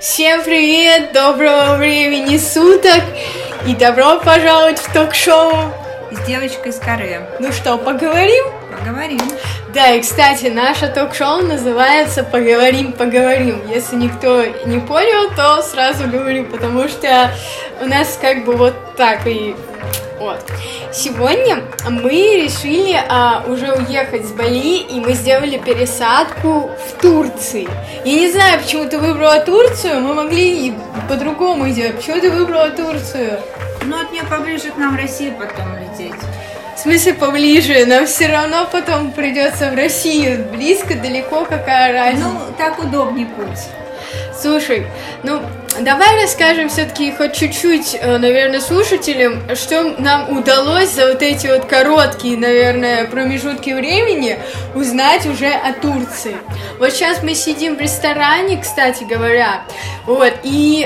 Всем привет, доброго времени суток и добро пожаловать в ток-шоу с девочкой с каре. Ну что, поговорим? Поговорим. Да, и, кстати, наше ток-шоу называется «Поговорим». Если никто не понял, то сразу говорю, потому что у нас как бы вот так и... Вот. Сегодня мы решили уже уехать с Бали, и мы сделали пересадку в Турции. Я не знаю, почему ты выбрала Турцию, мы могли и по-другому сделать. Почему ты выбрала Турцию? Ну, от нее поближе к нам в Россию потом лететь. В смысле поближе? Нам все равно потом придется в Россию. Близко, далеко, какая разница? Ну, так удобнее путь. Слушай, ну, давай расскажем все-таки хоть чуть-чуть, наверное, слушателям, что нам удалось за вот эти вот короткие, наверное, промежутки времени узнать уже о Турции. Вот сейчас мы сидим в ресторане, кстати говоря, вот, и...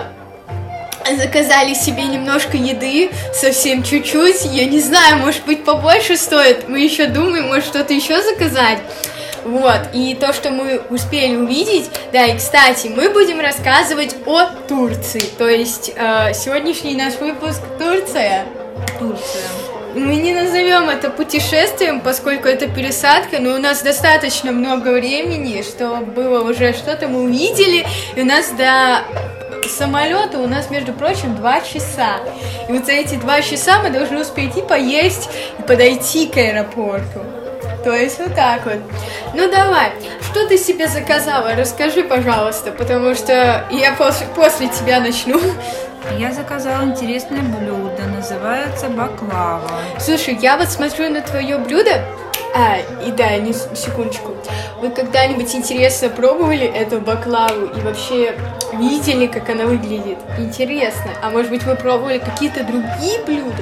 заказали себе немножко еды, совсем чуть-чуть, я не знаю, может быть побольше стоит, мы еще думаем, может что-то еще заказать, вот, и то, что мы успели увидеть, да, и, кстати, мы будем рассказывать о Турции, то есть сегодняшний наш выпуск Турция. Мы не назовем это путешествием, поскольку это пересадка, но у нас достаточно много времени, что было уже что-то мы увидели, и у нас до самолета у нас, между прочим, 2 часа. И вот за эти 2 часа мы должны успеть и поесть, и подойти к аэропорту. То есть вот так вот. Ну давай, что ты себе заказала? Расскажи, пожалуйста, потому что я после тебя начну. Я заказала интересное блюдо, называется баклава. Слушай, я вот смотрю на твое блюдо. И да, секундочку. Вы когда-нибудь интересно пробовали эту баклаву и вообще видели, как она выглядит? Интересно. А может быть, вы пробовали какие-то другие блюда?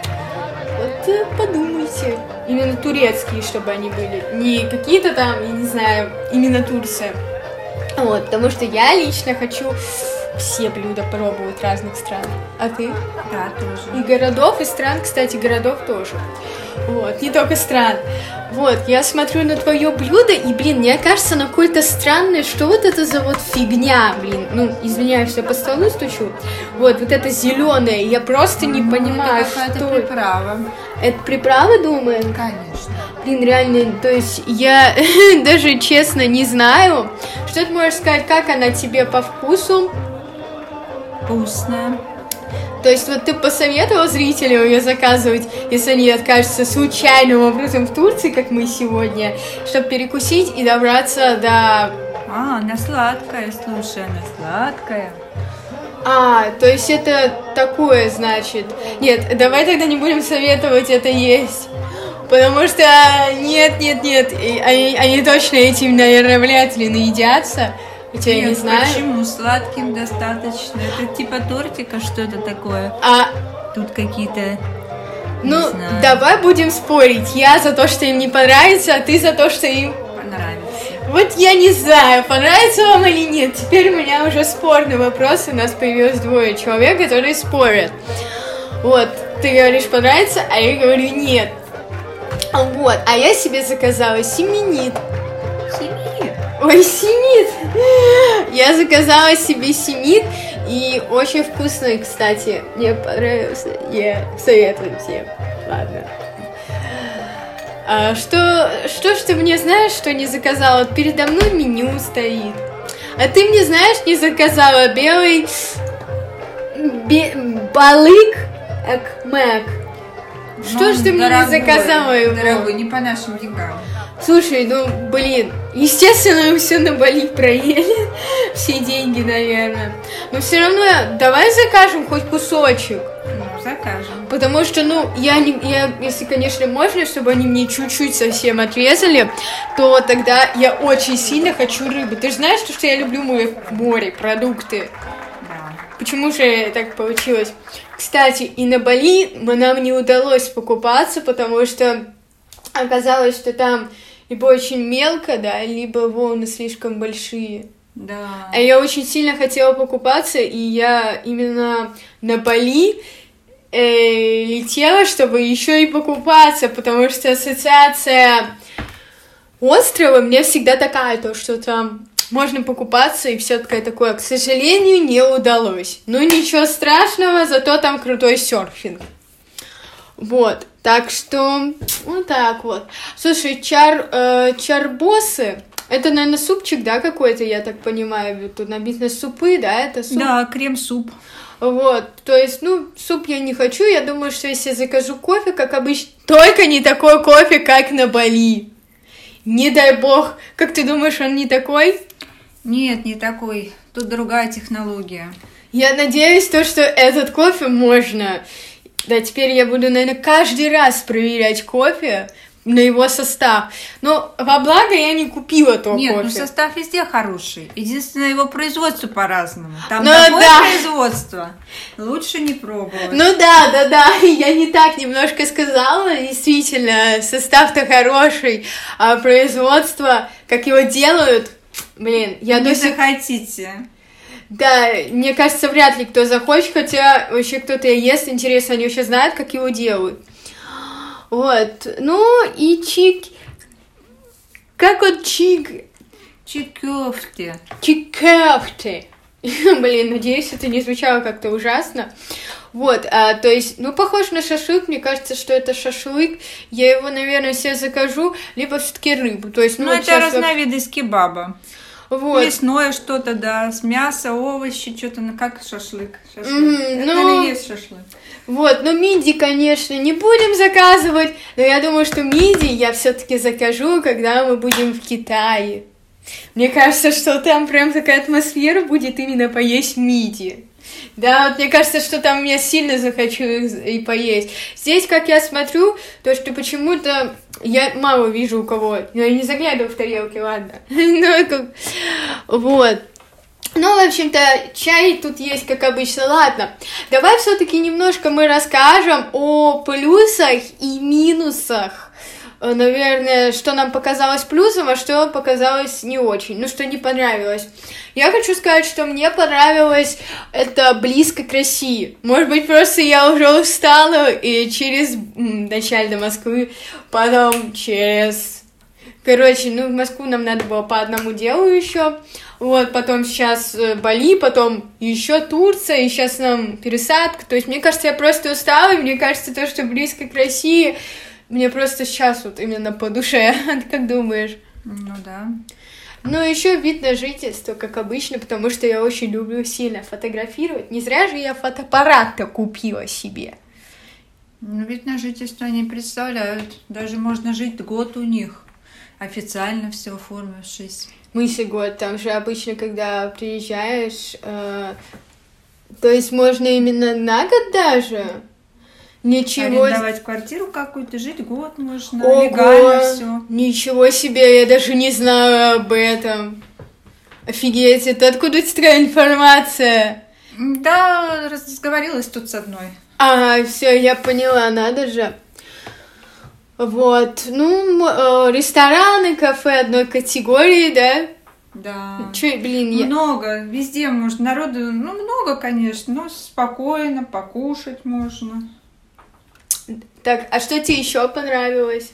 Вот подумайте. Именно турецкие, чтобы они были. Не какие-то там, я не знаю, именно Турция. Вот, потому что я лично хочу все блюда пробовать разных стран. А ты? Да, тоже. И городов, и стран, кстати, городов тоже. Вот, не только стран. Вот, я смотрю на твое блюдо, и, блин, мне кажется, оно какое-то странное, что вот это за вот фигня, блин. Ну, извиняюсь, я по столу стучу. Вот это зеленое, я просто не понимаю, это какая-то что... приправа. Это приправа, думаем? Конечно. Блин, реально, то есть я даже честно не знаю. Что ты можешь сказать, как она тебе по вкусу? Вкусная. То есть вот ты посоветовал зрителям ее заказывать, если они откажутся случайным образом в Турции, как мы сегодня, чтобы перекусить и добраться до... Она сладкая, слушай, она сладкая. То есть это такое, значит. Нет, давай тогда не будем советовать это есть. Потому что нет, они точно этим, наверное, вряд ли наедятся. Хотя я не знаю. Почему? Сладким достаточно. Это типа тортика, что-то такое. Тут какие-то... Ну, давай будем спорить. Я за то, что им не понравится, а ты за то, что им... Понравится. Вот я не знаю, понравится вам или нет. Теперь у меня уже спорный вопрос. У нас появилось 2 человек, которые спорят. Вот, ты говоришь понравится, а я говорю нет. Вот, а я себе заказала семенит. Ой, семит! Я заказала себе семит, и очень вкусный, кстати. Мне понравился. Я советую всем. Ладно. Что ж ты мне знаешь, что не заказала? Передо мной меню стоит. А ты мне знаешь, не заказала белый балык экмек. Что ж ты мне не заказала его? Дорогой, не по нашим деньгам. Слушай, блин, естественно, мы все на Бали проели, все деньги, наверное. Но все равно давай закажем хоть кусочек. Ну, закажем. Потому что, если, конечно, можно, чтобы они мне чуть-чуть совсем отрезали, то тогда я очень сильно хочу рыбы. Ты же знаешь, что я люблю море, продукты. Да. Почему же так получилось? Кстати, и на Бали нам не удалось покупаться, потому что оказалось, что там либо очень мелко, да, либо волны слишком большие. Да. А я очень сильно хотела покупаться, и я именно на Бали летела, чтобы еще и покупаться, потому что ассоциация острова мне всегда такая, то, что там можно покупаться, и все такое, к сожалению, не удалось. Ну, ничего страшного, зато там крутой серфинг. Вот, так что, вот так вот. Слушай, чарбосы, это, наверное, супчик, да, какой-то, я так понимаю, тут написано супы, да, это суп? Да, крем-суп. Вот, то есть, ну, суп я не хочу, я думаю, что если я закажу кофе, как обычно, только не такой кофе, как на Бали. Не дай бог, как ты думаешь, он не такой? Нет, не такой, тут другая технология. Я надеюсь, что этот кофе можно. Да, теперь я буду, наверное, каждый раз проверять кофе на его состав. Но во благо я не купила то кофе. Нет, ну состав везде хороший. Единственное, его производство по-разному. Там ну, такое да. производство. Лучше не пробовать. Ну да. Я не так немножко сказала. Действительно, состав-то хороший. А производство, как его делают, блин, я не захотите. Да, мне кажется, вряд ли кто захочет, хотя вообще кто-то ест, интересно, они вообще знают, как его делают. Вот, ну и как вот Чикёфте. Блин, надеюсь, это не звучало как-то ужасно. Вот, то есть, ну, похож на шашлык, мне кажется, что это шашлык. Я его, наверное, себе закажу, либо все-таки рыбу. То есть, ну это разновидность кебаба. Вот. Мясное что-то, да, с мяса, овощи, что-то, ну как шашлык. Это ну, и есть шашлык. Вот, но миди, конечно, не будем заказывать, но я думаю, что миди я все-таки закажу, когда мы будем в Китае. Мне кажется, что там прям такая атмосфера будет именно поесть миди. Да, вот мне кажется, что там я сильно захочу и поесть. Здесь, как я смотрю, то, что почему-то я мало вижу у кого. Я не заглядываю в тарелки, ладно. Вот. Ну, в общем-то, чай тут есть, как обычно. Ладно, давай все-таки немножко мы расскажем о плюсах и минусах. Наверное, что нам показалось плюсом, а что показалось не очень, ну, что не понравилось. Я хочу сказать, что мне понравилось это близко к России. Может быть, просто я уже устала, и через вначале до Москвы, потом через... Короче, ну, в Москву нам надо было по одному делу еще. Вот, потом сейчас Бали, потом еще Турция, и сейчас нам пересадка. То есть, мне кажется, я просто устала, и мне кажется, то, что близко к России... Мне просто сейчас вот именно по душе. Ты как думаешь? Ну да. Ну, еще вид на жительство, как обычно, потому что я очень люблю сильно фотографировать. Не зря же я фотоаппарат-то купила себе. Ну, вид на жительство они представляют. Даже можно жить год у них. Официально все оформившись. Мысли год. Там же обычно, когда приезжаешь, то есть можно именно на год даже... Ничего. Арендовать квартиру какую-то, жить год можно, легально все. Ничего себе, я даже не знаю об этом. Офигеть, это откуда у тебя такая информация? Да, разговорилась тут с одной. Ага, все, я поняла, надо же. Вот, ну, рестораны, кафе одной категории, да? Да. Че, блин, много, везде можно, народу, ну, много, конечно, но спокойно покушать можно. Так, а что тебе еще понравилось?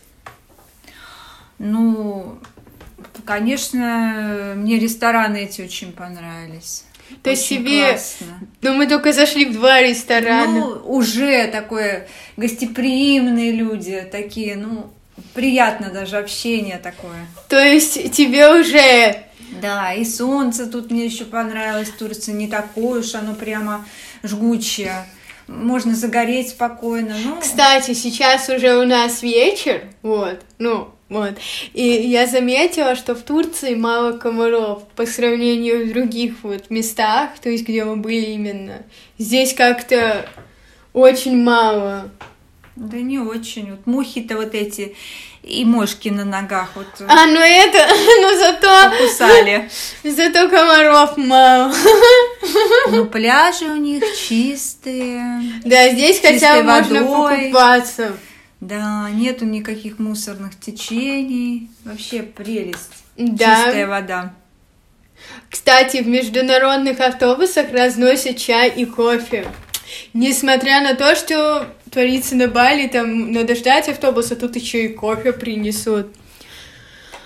Ну, конечно, мне рестораны эти очень понравились. То есть тебе... Классно. Ну, мы только зашли в 2 ресторана. Ну, уже такое гостеприимные люди, такие, ну, приятно даже общение такое. То есть тебе уже... Да, и солнце тут мне еще понравилось в Турции, не такое уж оно прямо жгучее. Можно загореть спокойно. Ну... Кстати, сейчас уже у нас вечер, вот, и я заметила, что в Турции мало комаров по сравнению с других вот местах, то есть где мы были именно. Здесь как-то очень мало. Да не очень. Вот мухи-то вот эти и мошки на ногах. Вот, зато... Покусали. Зато комаров мало. Ну, пляжи у них чистые. Да, здесь хотя бы можно покупаться. Да, нету никаких мусорных течений. Вообще прелесть. Да. Чистая вода. Кстати, в международных автобусах разносят чай и кофе. Несмотря на то, что творится на Бали, там надо ждать автобуса, тут еще и кофе принесут.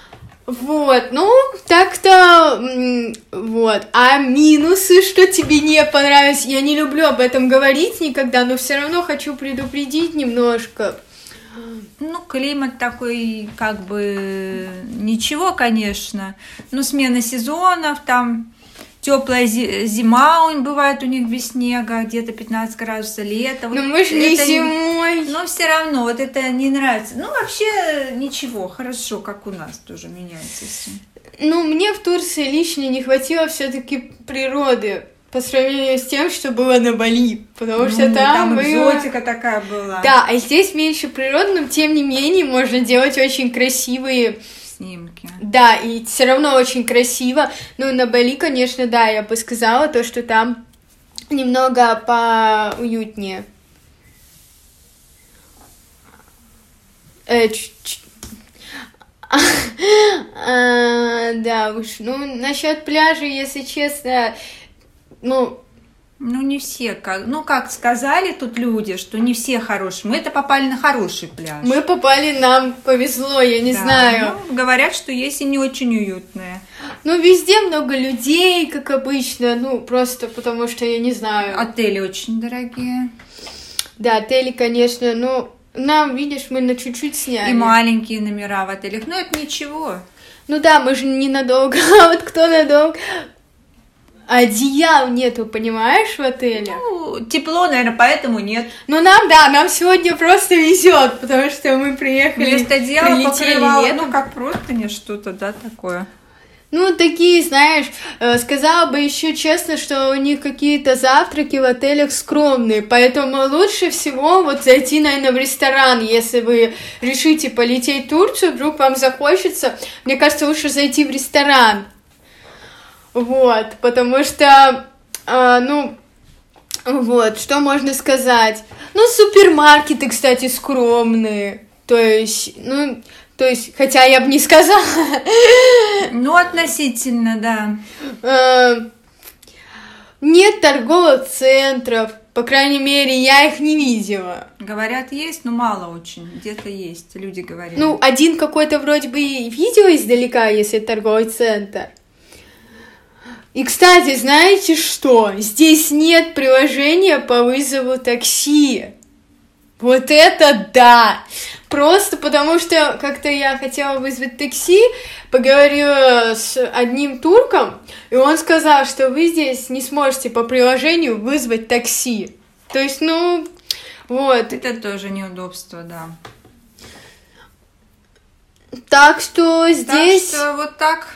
Вот, ну, так-то, вот. А минусы, что тебе не понравилось? Я не люблю об этом говорить никогда, но все равно хочу предупредить немножко. Ну, климат такой, как бы, ничего, конечно. Ну, смена сезонов, там, теплая зима бывает у них без снега, где-то 15 градусов лета. Но мы же не зимой. Но все равно, вот это не нравится. Ну, вообще, ничего, хорошо, как у нас тоже меняется все. Ну, мне в Турции лично не хватило все-таки природы по сравнению с тем, что было на Бали, потому что там было... экзотика такая была. Да, а здесь меньше природы, но тем не менее можно делать очень красивые снимки. Да, и все равно очень красиво. Ну, на Бали, конечно, да, я бы сказала то, что там немного поуютнее. Да уж, ну, насчет пляжа, если честно, ну, не все, как сказали тут люди, что не все хорошие. Мы попали на хороший пляж. Мы попали, нам повезло, я не знаю. Ну, говорят, что есть и не очень уютные. Ну, везде много людей, как обычно, ну, просто потому что, я не знаю. Отели очень дорогие. Да, отели, конечно, ну, нам, видишь, мы на чуть-чуть сняли. И маленькие номера в отелях, но это ничего. Ну да, мы же ненадолго, а вот кто надолго... Одеял нету, понимаешь, в отеле? Ну, тепло, наверное, поэтому нет. Ну, нам сегодня просто везет, потому что мы приехали, вместо одеяла покрывало, летом. Ну, как простыни, что-то, да, такое. Ну, такие, знаешь, сказала бы еще честно, что у них какие-то завтраки в отелях скромные, поэтому лучше всего вот зайти, наверное, в ресторан, если вы решите полететь в Турцию, вдруг вам захочется, мне кажется, лучше зайти в ресторан. Вот, потому что, ну, вот, что можно сказать? Ну, супермаркеты, кстати, скромные, то есть, хотя я бы не сказала. Ну, относительно, да. Нет торговых центров, по крайней мере, я их не видела. Говорят, есть, но мало очень, где-то есть, люди говорят. Ну, один какой-то вроде бы видео издалека, если торговый центр. И, кстати, знаете что? Здесь нет приложения по вызову такси. Вот это да! Просто потому что как-то я хотела вызвать такси, поговорила с одним турком, и он сказал, что вы здесь не сможете по приложению вызвать такси. То есть, ну, вот. Это тоже неудобство, да. Так что здесь... Так что вот так...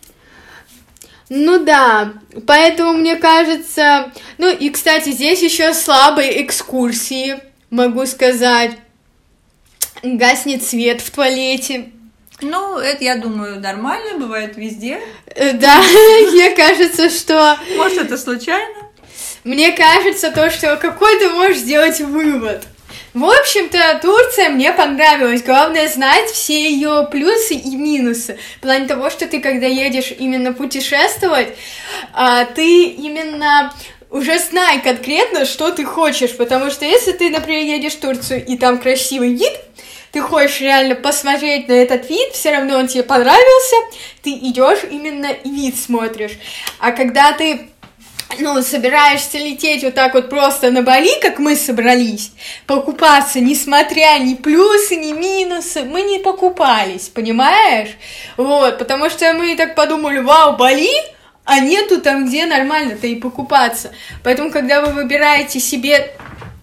Ну да, поэтому мне кажется... Ну и, кстати, здесь еще слабые экскурсии, могу сказать. Гаснет свет в туалете. Ну, это, я думаю, нормально, бывает везде. Да, мне кажется, что... Может, это случайно? Мне кажется, то, что какой ты можешь сделать вывод. В общем-то, Турция мне понравилась. Главное знать все ее плюсы и минусы. В плане того, что ты, когда едешь именно путешествовать, ты именно уже знай конкретно, что ты хочешь. Потому что если ты, например, едешь в Турцию, и там красивый вид, ты хочешь реально посмотреть на этот вид, все равно он тебе понравился, ты идешь именно и вид смотришь. А когда ты... собираешься лететь вот так вот просто на Бали, как мы собрались, покупаться, несмотря ни плюсы, ни минусы, мы не покупались, понимаешь? Вот, потому что мы так подумали, вау, Бали, а нету там, где нормально-то и покупаться. Поэтому, когда вы выбираете себе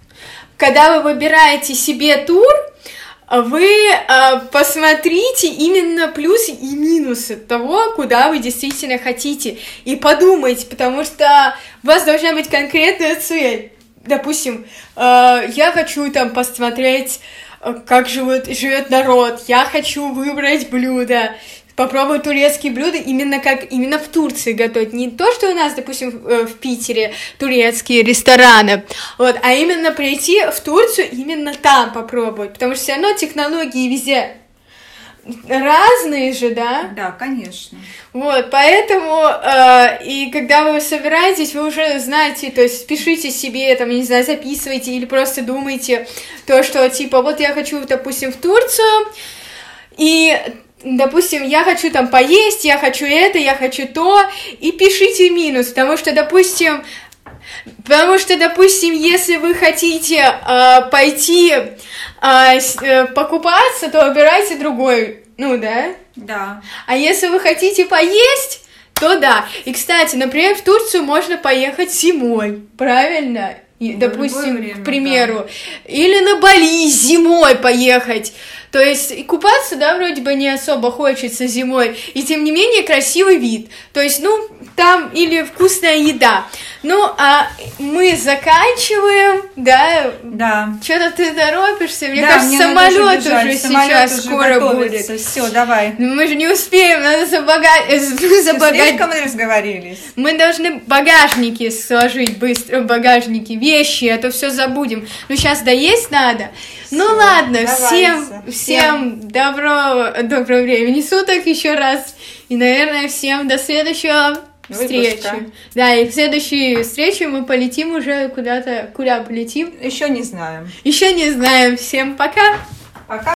тур, вы посмотрите именно плюсы и минусы того, куда вы действительно хотите, и подумайте, потому что у вас должна быть конкретная цель. Допустим, я хочу там посмотреть, как живет народ, я хочу выбрать блюдо, попробовать турецкие блюда именно в Турции готовить. Не то, что у нас, допустим, в Питере турецкие рестораны, вот, а именно прийти в Турцию, именно там попробовать, потому что все равно технологии везде разные же, да? Да, конечно. Вот, поэтому, и когда вы собираетесь, вы уже знаете, то есть пишите себе, там, я не знаю, записывайте или просто думайте то, что, типа, вот я хочу, допустим, в Турцию, и допустим, я хочу там поесть, я хочу это, я хочу то, и пишите минус, потому что, допустим, если вы хотите пойти покупаться, то выбирайте другой, ну да? Да. А если вы хотите поесть, то да. И, кстати, например, в Турцию можно поехать зимой, правильно? И, допустим, время, к примеру. Да. Или на Бали зимой поехать. То есть и купаться, да, вроде бы не особо хочется зимой, и тем не менее красивый вид. То есть, ну, там или вкусная еда. Ну, а мы заканчиваем, да? Да. Что-то ты торопишься? Мне да, кажется, самолет уже сейчас скоро будет. Все, давай. Мы же не успеем, надо Слишком разговорились. Мы должны багажники сложить быстро, багажники, вещи, а то все забудем. Ну, сейчас доесть надо. Ну ладно, всем доброго времени суток еще раз. И, наверное, всем до следующего встречи. Да, и к следующей встрече мы полетим уже куда-то. Куда полетим? Еще не знаем. Всем пока. Пока.